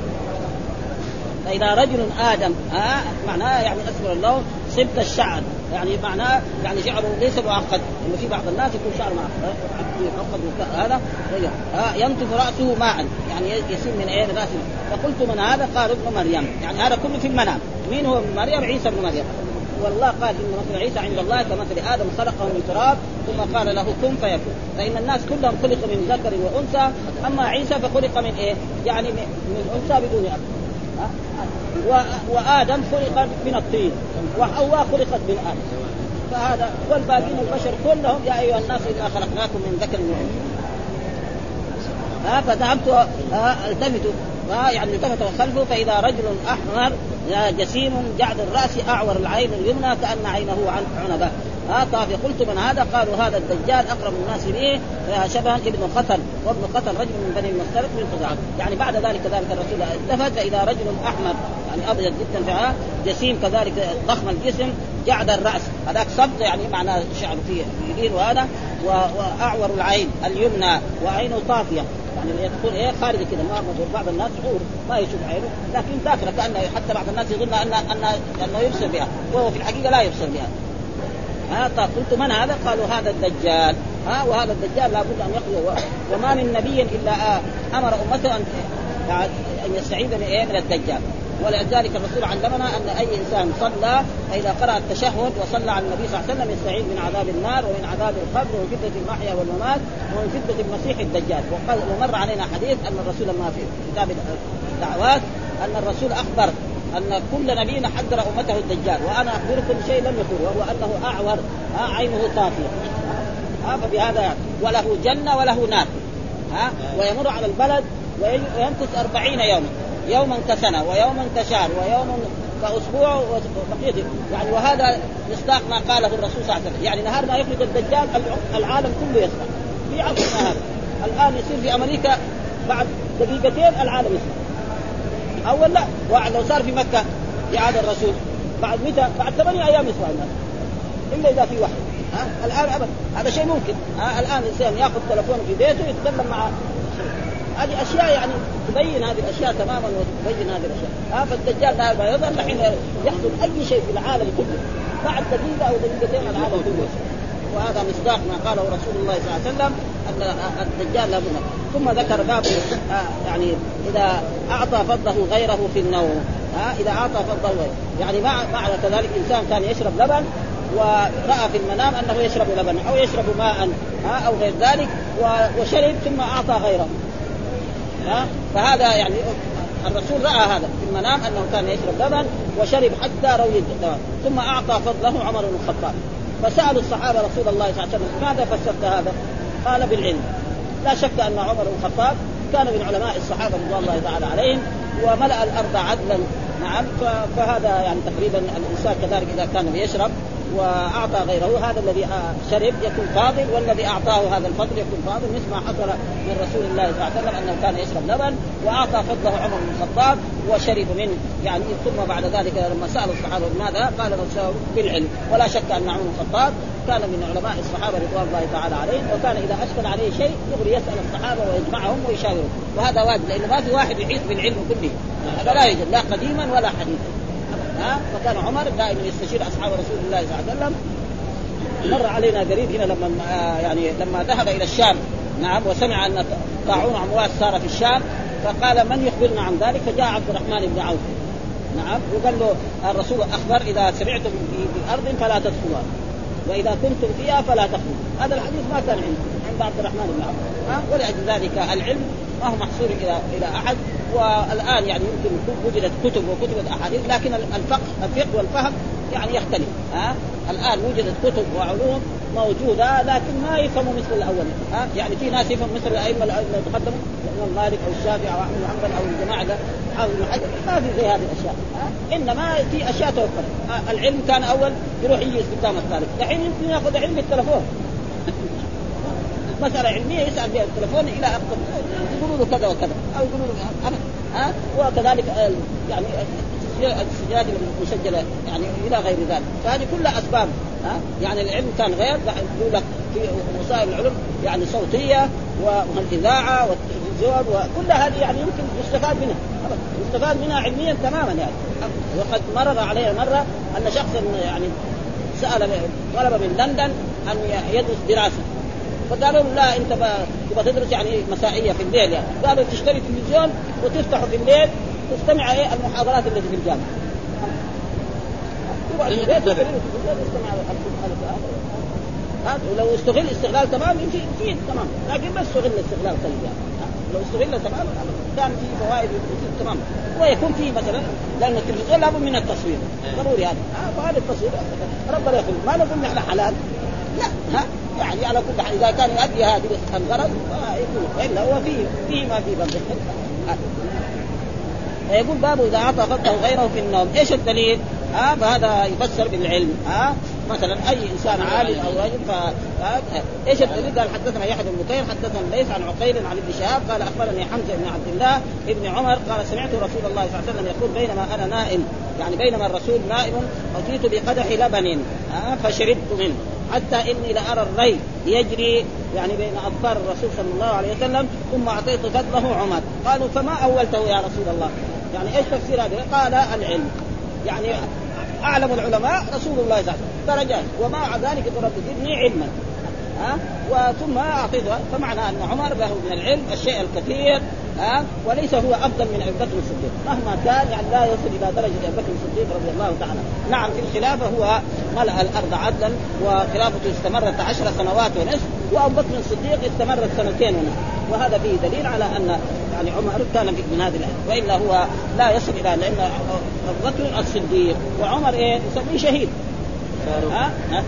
فإذا رجل آدم ها معناه يعني أسمر الله سبت الشعر، يعني معناه يعني شعره ليس معقد، إنه في بعض الناس يكون شعره معقد هذا ها ينتف رأسه ماء، يعني يسيل من إيه رأسه. فقلت من هذا؟ قال ابن مريم، يعني هذا كله في المنام. مين هو ابن مريم؟ عيسى ابن مريم. والله قال إن مثل عيسى عند الله كمثل آدم خلقه من تراب ثم قال له كن فيكون. فإن الناس كلهم خلقوا من ذكر وأنثى، أما عيسى فخلق من إيه؟ يعني من أنثى بدون أب. وآدم خلق من الطين وحواء خلقت من آدم، فهذا والباقين البشر كلهم يا أيها الناس إنا خلقناكم من ذكر وأنثى. ها فذهبت التفت يعني التفت خلفه فإذا رجل أحمر جسيم جعد الرأس أعور العين اليمنى كأن عينه عن عنبة، ها طافية. قلت من هذا؟ قالوا هذا الدجال أقرب الناس إليه شبها ابن قتل، وابن قتل رجل من بني المختلط من خزاعة. يعني بعد ذلك كذلك الرسول التفت إذا رجل أحمر يعني أبيض جدا فيها جسيم كذلك ضخم الجسم جعد الرأس، هذاك صبت يعني معناه شعر فيه يدين، وهذا وأعور العين اليمنى وعينه طافية، يعني تكون ايه خارج كده ما بعض الناس عور ما يشوف عينه لكن داخله كأنه حتى بعض الناس يظن ان ان انه يبصر بها وهو في الحقيقه لا يبصر بها. ها طيب قلت من هذا؟ قالوا هذا الدجال. ها وهذا الدجال لابد ان يخرج، وما من نبي الا امر امته ان ان يستعيذ من ايه من الدجال. ولذلك الرسول علمنا ان اي انسان صلى فاذا قرأ التشهد وصلى على النبي صلى الله عليه وسلم يستعيذ من عذاب النار ومن عذاب القبر ومن فتنة المحيا والممات ومن فتنة المسيح الدجال. وقال ومر علينا حديث ان الرسول ما في كتاب الدعوات ان الرسول اخبر ان كل نبي حذر امته الدجال، وانا اخبركم شيء لم يكن وهو انه اعور عينه طافيه. ها فبهذا يعني وله جنه وله نار. ها ويمر على البلد ويمكث أربعين يوما، يوما كسنة ويوما كشهر ويوما كأسبوع وبقية يعني. وهذا مصداق ما قاله الرسول صلى الله عليه وسلم، يعني نهار ما يخرج الدجال العالم كله يسمع في عصرنا هذا. الآن يصير في أمريكا بعد دقيقتين العالم يسمع، أول لا لو صار في مكة في عهد الرسول بعد متى بعد ثمانية أيام يسمع الناس إلا إذا في وحي. ها الآن أبدا هذا شيء ممكن. ها الآن الإنسان يأخذ تلفونه في بيته يتكلم مع هذه أشياء يعني تبين هذه الأشياء تماما وتبين هذه الأشياء. ها فالدجال هذا يظهر الحين يحصل أي شيء في العالم كله بعد دقيقة أو دقيقتين العالم كله. وهذا مصداق ما قاله رسول الله صلى الله عليه وسلم أن الدجال لابد. ثم ذكر باب يعني إذا أعطى فضله غيره في النوم. ها إذا أعطى فضله غيره يعني معنى كذلك إنسان كان يشرب لبن ورأى في المنام أنه يشرب لبن أو يشرب ماء ها أو غير ذلك وشرب ثم أعطى غيره. ها فهذا يعني الرسول رأى هذا في المنام أنه كان يشرب لبن وشرب حتى روي الدواء ثم أعطى فضله عمر بن الخطاب. فسألوا الصحابة رسول الله صلى الله عليه وسلم ماذا فسرت هذا؟ قال بالعلم. لا شك أن عمر بن الخطاب كان من علماء الصحابة رضوان الله تعالى عليهم وملأ الأرض عدلا. نعم فهذا يعني تقريبا الإنسان كذلك إذا كان يشرب وأعطى غيره هذا الذي شرب يكون فاضل والذي أعطاه هذا الفضل يكون فاضل، مثل ما حصل من رسول الله صلى الله عليه وسلم أنه كان يشرب لبن وأعطى فضله عمر بن الخطاب وشرب منه يعني. ثم بعد ذلك لما سألوا الصحابة ماذا قال الرسول بالعلم. ولا شك أن عمر بن الخطاب كان من علماء الصحابة رضوان الله تعالى عليهم وكان إذا أشكل عليه شيء يغري يسأل الصحابة ويجمعهم ويشاورهم، وهذا واجب لأنه ما في واحد يحيط بالعلم كله هذا لا يوجد لا قديما ولا حديثا. ها فكان عمر دائما يستشير أصحاب رسول الله صلى الله عليه وسلم. مر علينا قريب هنا لما يعني لما ذهب إلى الشام نعم وسمع أن طاعون عمواس صار في الشام فقال من يخبرنا عن ذلك؟ فجاء عبد الرحمن بن عوف نعم وقال له الرسول أخبر إذا سمعتم في أرض فلا تدخلوها وإذا كنتم فيها فلا تخرجوا. هذا الحديث ما كان عند عبد الرحمن بن عوف. ها ولأجل ذلك العلم ما هو محصور إلى إلى أحد. والآن يعني يمكن وجدت كتب وكتبت أحاديث لكن الفقه الفقه والفهم يعني يختلف. ها الآن وجدت كتب وعلوم موجودة لكن ما يفهموا مثل الأولين. ها يعني في ناس يفهم مثل الأئمة الذين تقدموا الإمام مالك أو الشافعي أو أحمد بن حنبل أو الجماعة أو ابن حجر ما في زي هذه الأشياء. ها إنما في أشياء توفر. العلم كان أول يروح يجلس قدام الطالب، الحين يمكن يأخذ علم بالتلفون مسألة علمية يسأل بها التلفون إلى أكثر يقولوا له كذا وكذا أو يقولوا له أنا ها وكذلك يعني السجلات المسجلة يعني إلى غير ذلك. فهذه كلها أسباب. ها يعني العلم كان غير يقول لك في وسائل العلوم يعني صوتية والإذاعة والتلفزيون وكل هذه يعني يمكن يستفاد منها يستفاد منها علميا تماما يعني. وقد مرر علينا مرة أن شخصا يعني سأل طلب من لندن أن يدرس دراسة فقالوا لا أنت تبغى تدرس يعني مسائية في الليل يعني. قالوا تشتري تلفزيون وتفتحه في الليل تستمع ايه المحاضرات التي في الجامعة. ولو استغل استغلال تمام يفيد تمام لكن بس استغل استغلال سيء يعني. لو استغل تمام كان فيه فوائد تمام. ويكون فيه مثلا لأن التلفزيون لابد من التصوير ضروري هذا. فهذا التصوير ربنا يقول ما نقول نحن حلال لا ها يعني على كل حال إذا كان يؤدي هذه الغرض يكون وإلا هو فيه فيه ما فيه برضه. يقول باب إذا أعطى فضله غيره في النوم. إيش الدليل؟ ها فهذا يفسر بالعلم. ها مثلا اي انسان عالم او رجل ف ايش الدليل؟ قال حدثنا يحيى بن بكير حدثنا ليث عن عقيل عن ابن شهاب قال اخبرني حمزه بن عبد الله ابن عمر قال سمعت رسول الله صلى الله عليه وسلم يقول بينما انا نائم، يعني بينما الرسول نائم اتيت بقدح لبن فشربت منه حتى اني لارى الري يجري يعني بين اظفار الرسول صلى الله عليه وسلم ثم اعطيت فضله عمر. قالوا فما اولته يا رسول الله؟ يعني ايش تفسير هذا؟ قال العلم، يعني اعلم العلماء رسول الله صلى الله عليه وسلم درجات ومع ذلك رب زدني علما ها وثم اعطيته. فمعنى ان عمر له من العلم الشيء الكثير ها وليس هو افضل من ابي بكر الصديق مهما كان، يعني لا يصل الى درجه ابي بكر الصديق رضي الله تعالى. نعم في الخلافه هو ملأ الارض عدلا وخلافته استمرت عشر سنوات ونصف، وابو بكر الصديق استمرت سنتين ونصف، وهذا فيه دليل على ان يعني عمر كان من هذه الأهل. والا هو لا يصل الى، لان ابو بكر الصديق وعمر ايه يسميه شهيد. ها ها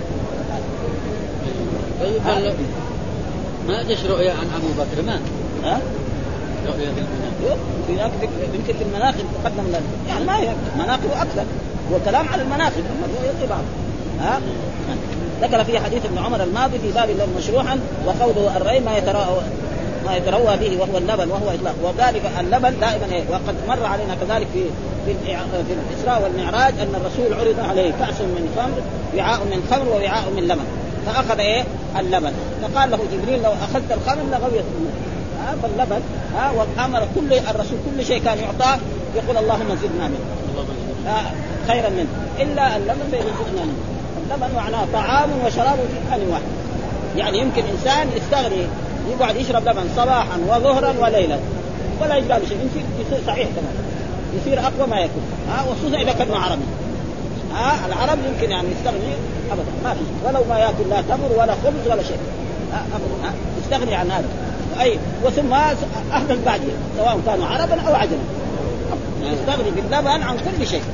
طيب ما جاش رؤيا عن ابو بكر ما ها رؤيا في المناقب يمكن في المناقب تقدم لنا، يعني ما هي مناقب اكثر وكلام على المناقب الرؤيا بعض. ها ذكر في حديث ابن عمر الماضي في باب اللون مشروحا وقوله الري ما يتراءى ما يتروى به وهو اللبن وهو إطلاق، وذلك اللبن دائما إيه. وقد مر علينا كذلك في في, في الإسراء والمعراج أن الرسول عرض عليه كأس من خمر وعاء من خمر ووعاء من لبن، فأخذ إيه اللبن، فقال له جبريل لو أخذت الخمر لغويت منه. ها فاللبن ها وأمر كل الرسول كل شيء كان يعطاه يقول اللهم زدنا منه خيرا منه إلا اللبن فيزدنا منه. اللبن معناه طعام وشراب في آن واحد، يعني يمكن إنسان يستغني يقعد يشرب لبن صباحا وظهرا وليلا ولا يجرى شيء، يصير صحيح تمام، يصير أقوى ما يكون. ها وخصوصا إذا كان عربي، ها العرب يمكن يعني يستغني أبدا ما في، ولو ما يأكل لا تمر ولا خبز ولا شيء أبدا، ها يستغني عن هذا. أي وثم أهل البعدية سواء كانوا عربا أو عجما يستغني باللبن عن كل شيء.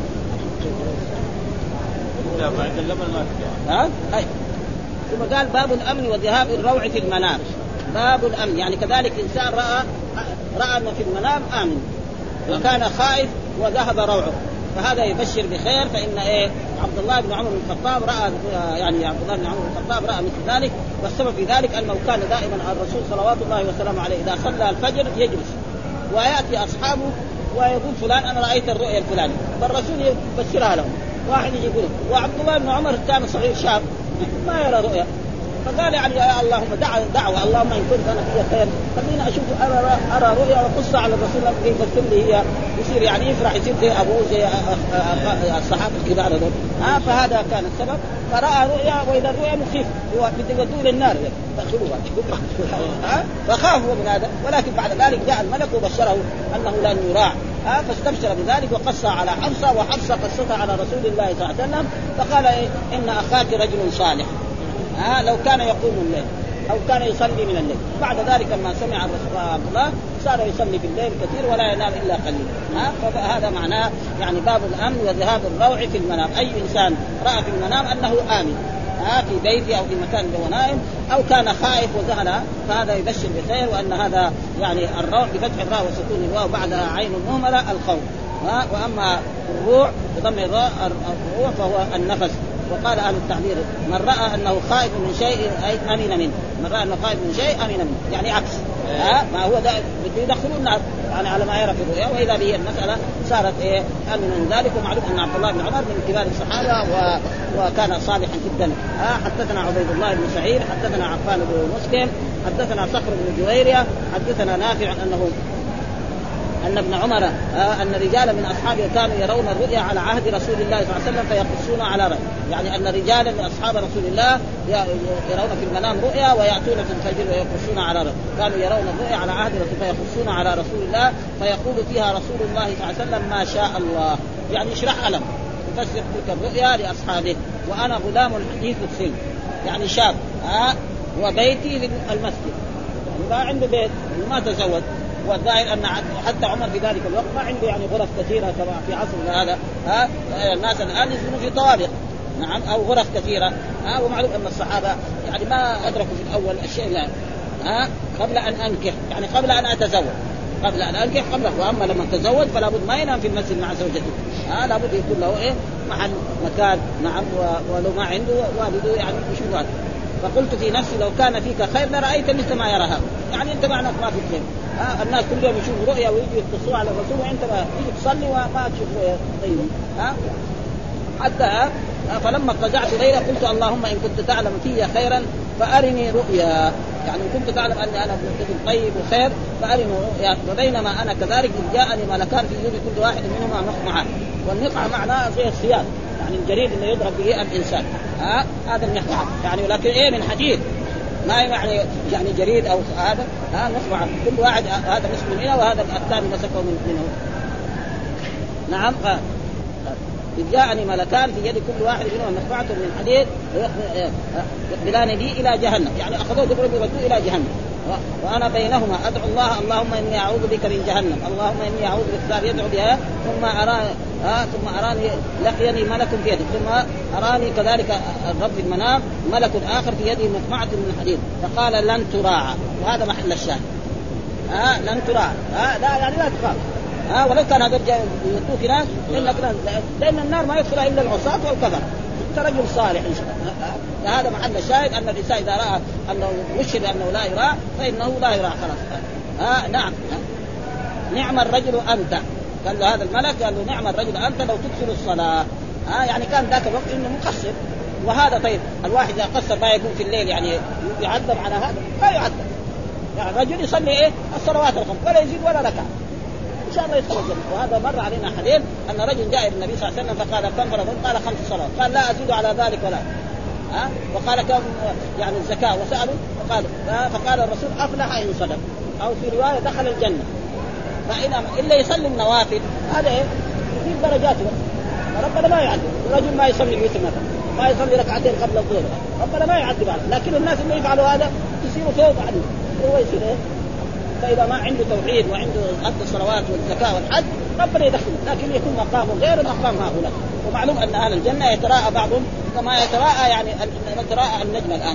لا بعد اللبن ما في. ها أي ثم قال باب الأمن وذهاب الروع في المنام. باب الأمن يعني كذلك إنسان رأى رأى أنه في المنام آمن وكان خائف وذهب روعه، فهذا يبشر بخير. فإن إيه عبد الله بن عمر بن الخطاب رأى، يعني عبد الله بن عمر بن الخطاب رأى مثل ذلك، والسبب في ذلك أنه كان دائما الرسول صلوات الله وسلامه عليه إذا صلى الفجر يجلس ويأتي أصحابه ويقول فلان أنا رأيت الرؤيا الفلاني، فالرسول يفسرها لهم. واحد يجي يقول وعبد الله بن عمر كان صغير شاب ما يرى رؤيا، فقال يعني يا اللهم دع دعوة اللهم إن كنت أنا فيها خير خلينا أشوف أرى أرى رؤيا وقصة على الرسول كيف يفسر لي هي، يصير يعني يفرح يصير زي أبوه زي الصحابة الكبار هذول. ها فهذا كان السبب، فرأى رؤيا وإذا الرؤيا مخيف هو بده للنار تدخلوها ها فخافوا من هذا، ولكن بعد ذلك جاء الملك وبشره أنه لن يراع، ها فاستبشر بذلك وقص على حفصة، وحفصة قصتها على رسول الله صلى الله عليه وسلم، فقال إيه إن أخاك رجل صالح ها لو كان يقوم الليل أو كان يصلي من الليل. بعد ذلك لما سمع الرسول عبد الله صار يصلي في الليل كثير ولا ينام إلا قليل. ها فهذا معناه يعني باب الأمن وذهاب الروع في المنام. أي إنسان رأى في المنام أنه آمن ها في بيته أو في مكان هو نائم أو كان خائف وذهل فهذا يبشر بخير، وأن هذا يعني الروع بفتح الراء وسكون الواو بعدها عين مهملة الخوف. ها وأما الروع بضم الراء الروع فهو النفس. وقال أهل التعبير من رأى أنه خائف من شيء أي أمن منه، من رأى أنه خائف من شيء أمن منه، يعني عكس ها ما هو ده يدخلون النار يعني على ما يرى في الرؤيا، وإذا به المسألة صارت إيه أمن من ذلك. ومعلوم أن عبد الله بن عمر من كبار الصحابة و... وكان صالحا جدا. ها حدثنا عبيد الله بن سعيد حدثنا عفان بن مسلم حدثنا صخر بن جويرية حدثنا نافع أنه أن ابن عمر آه أن رجالا من أصحابه كانوا يرون الرؤيا على عهد رسول الله صلى الله عليه وسلم فيقصون على رأي، يعني أن رجالا من أصحاب رسول الله يرون في المنام رؤيا ويأتون في الفجر ويقصون على رأي، كانوا يرون الرؤيا على عهد رسول الله فيقصون على رسول الله فيقول فيها رسول الله صلى الله عليه وسلم ما شاء الله، يعني يشرح لهم يفسر تلك الرؤيا لأصحابه. وأنا غلام حديث السن يعني شاب آه وبيتي للمسجد، يعني ما عنده بيت وما تزوج، والظاهر أن حتى عمر في ذلك الوقت ما عنده يعني غرف كثيرة كما في عصرنا هذا. ها الناس الآن يسكنوا في طوابق نعم أو غرف كثيرة. ها ومعلوم أن الصحابة يعني ما أدركوا في الأول الشيء لا ها قبل أن أنكح يعني قبل أن أتزوج قبل أن أنكح قبله. وأما لما تزوج فلا بد ما ينام في المسجد مع زوجته، ها لا بد يكون له إيه محل مكان. نعم. ولو ما عنده والده يعني يشوف هذا. فقلت في نفسي لو كان فيك خير لرأيت مثل ما يراها. يعني أنت معناك ما في خير. ها الناس كل يوم يشوفوا رؤيا ويجي يتصلوا على الرسول وأنت ما تيجي تصلي وما تشوف رؤيا طيبة. ها حتى فلما اضطجعت ليلة قلت اللهم إن كنت تعلم في خيرا فأرني رؤيا. يعني إن كنت تعلم أني أنا ابن طيب وخير فأرني رؤيا. وبينما أنا كذلك جاءني ملكان في يد كل واحد منهما مقمعة. والنقعة معناها زي الصياد، يعني الجريد اللي يضرب به الإنسان. ها هذا النقعة يعني، ولكن إيه من حديد، ما يعني يعني جريد أو هذا. ها مقمعة كل واحد هذا مسك من هنا وهذا الثاني مسكه من منه. نعم. إذ جاءني ملكان في يد كل واحد منهم مقطعة من حديد يقبلان بي إلى جهنم. يعني أخذوه يقربوا يودوه إلى جهنم وأنا بينهما أدعو الله اللهم إني أعوذ بك من جهنم، اللهم إني أعوذ بك. يدعو بها ثم أراني آه ثم أراني لقيني ملك في يدي، ثم أراني كذلك الرب في المنام ملك آخر في يده مقطعة من حديد فقال لن تراعى. وهذا محل الشاهد. آه لن تراعى. آه لا يعني لا تخاف. ها ولو كان هذا يدوك ناس لأن النار ما يدخلها إلا العصاة والكفر. أنت رجل صالح إن شاء الله. هذا محل الشاهد أن الإنسان إذا رأى أنه يشهد أنه لا يرى فإنه لا يرى خلاص. ها نعم. نعم الرجل أنت، قال له هذا الملك قال له نعم الرجل أنت لو تكثر الصلاة. ها يعني كان ذاك الوقت إنه مقصر. وهذا طيب الواحد إذا قصر ما يكون في الليل يعني يعذب على هذا؟ لا يعذب. يعني الرجل يصلي إيه الصلوات الخمس ولا يزيد ولا ركعة إن شاء الله يدخل الجنة. وهذا مر علينا حديث أن رجل جاء إلى النبي صلى الله عليه وسلم فقال كم فرض؟ قال خمس صلوات. قال لا أزيد على ذلك ولا. ها وقال كم يعني الزكاة وسأله فقال فقال الرسول أفلح إن صدق، أو في رواية دخل الجنة. فإن إلا يصلي النوافل هذا إيه في درجاته. ربنا ما يعذب الرجل ما يصلي الوتر مثلا، ما يصلي ركعتين قبل الظهر، ربنا ما يعذب عليه. لكن الناس اللي يفعلوا هذا يصيروا فوق عليه هو يصير إيه. فإذا ما عنده توحيد وعنده أدى الصلوات والزكاة والحج ربنا يدخله، لكن يكون مقامه غير مقام هؤلاء. ومعلوم أن أهل الجنة يتراءى بعضهم كما يتراءى يعني يتراءى النجم الآن.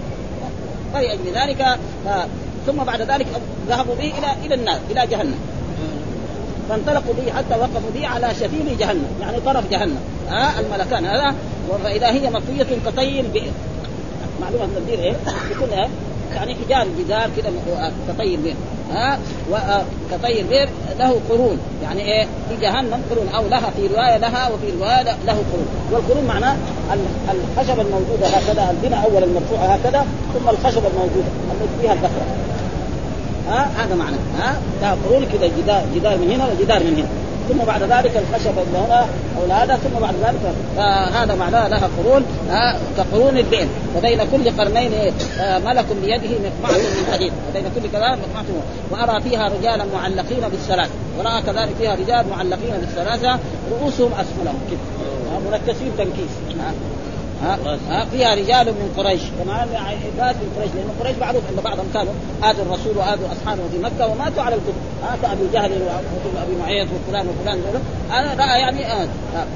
فلأجل ذلك ثم بعد ذلك ذهبوا به إلى إلى النار إلى جهنم. فانطلقوا به حتى وقفوا به على شفير جهنم، يعني طرف جهنم. ها آه الملكان هذا. وإذا هي مطوية كطي البئر. معلومة أن البئر إيه يكون إيه يعني حجار جدار كده كطي البئر. ها وكطي البئر له قرون، يعني ايه في جهنم قرون، او لها في روايه لها وفي روايه له قرون. والقرون معناه الخشب الموجوده هكذا، البناء اولا المرفوعه هكذا ثم الخشب الموجوده التي فيها البكره. ها هذا معناه. ها لها قرون كده جدار جدار من هنا وجدار من هنا، ثم بعد ذلك الخشب اللي هنا او هذا، ثم بعد ذلك هذا معناه لها قرون كقرون البئر. وبين كل قرنين ملك بيده مقمعة من حديد، وبين كل كلام مقمعة. وأرى فيها رجالا معلقين بالثلاث، ورأى كذلك فيها رجال معلقين بالثلاثة رؤوسهم أسفلهم كده مركزين تنكيس. ها ها فيها رجال من قريش، كمان عباد من قريش، لأن قريش معروف أن بعضهم كانوا آذوا الرسول وآذوا أصحابه في مكة وماتوا على الكفر. آه أبي جهل وأبي معيط وفلان وفلان دول أنا رأى يعني آه آه.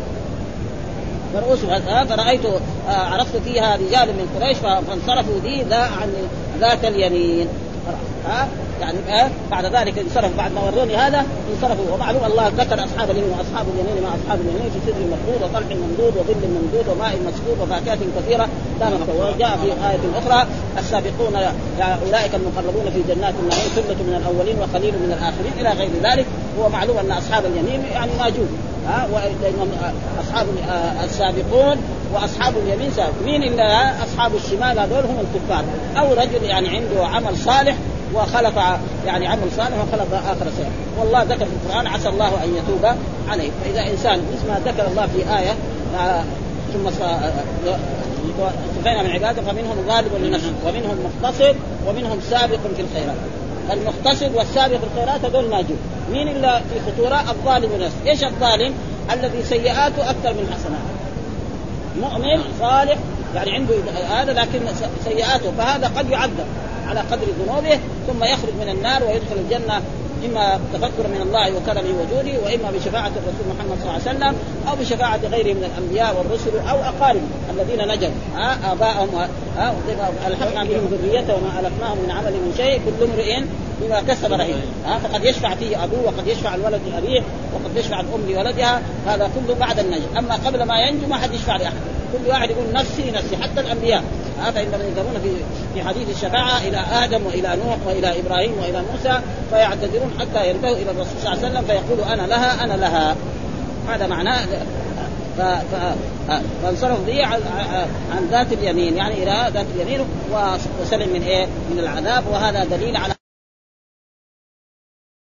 فرؤوسهم فرأيت آه عرفت فيها رجال من قريش فانصرفوا بي ذا عن ذات اليمين. ها يعني آه بعد ذلك انصرف بعد ما وروني هذا انصرفوا. ومعلوم الله ذكر أصحاب اليمين وأصحاب اليمين مع أصحاب اليمين في سدر مخضود وطلح ممدود وظل ممدود وماء مسكوب وفاكهة كثيرة لا نفقه. وجاء في آية أخرى السابقون أولئك المقربون في جنات النعيم ثلة من الأولين وقليل من الآخرين إلى غير ذلك. هو معلوم أن أصحاب اليمين يعني ناجون. ها وإنهم أصحاب السابقون وأصحاب اليمين سابق. مين إلا أصحاب الشمال هذول هم الكفار، أو رجل يعني عنده عمل صالح وخلف يعني عمل صالح وخلف آخر سيء. والله ذكر في القرآن عسى الله أن يتوب عليه. فإذا إنسان مثل ما ذكر الله في آية ثم صفينا من عباده فمنهم ظالم لنفسه ومنهم مقتصد ومنهم سابق في الخيرات. المقتصد والسابق في الخيرات هذول ناجون. مين إلا في خطورة؟ الظالم لنفسه. إيش الظالم؟ الذي سيئاته أكثر من حسناته. مؤمن صالح يعني عنده هذا لكن سيئاته، فهذا قد يعذب على قدر ذنوبه ثم يخرج من النار ويدخل الجنة، إما تفكر من الله وكرمه وجوده، وإما بشفاعة الرسول محمد صلى الله عليه وسلم، أو بشفاعة غيره من الأنبياء والرسل أو أقارب الذين نجوا آباءهم ها ألحقنا بهم ذريته وما ألفناهم من عمل من شيء كل امرئ بما كسب رهين. ها فقد يشفع فيه أبوه وقد يشفع الولد لأبيه وقد يشفع الأم لولدها، هذا كله بعد النجم. أما قبل ما ينجو ما حد يشفع لأحد، كل واحد يقول نفسي نفسي، حتى الأنبياء. ها فإنما يذهبون في في حديث الشفاعة إلى آدم وإلى نوح وإلى إبراهيم وإلى موسى فيعتذرون حتى ينتهوا إلى الرسول صلى الله عليه وسلم فيقولوا أنا لها أنا لها. هذا معناه فانصرف به عن ذات اليمين، يعني إلى ذات اليمين وسلم من إيه من العذاب. وهذا دليل على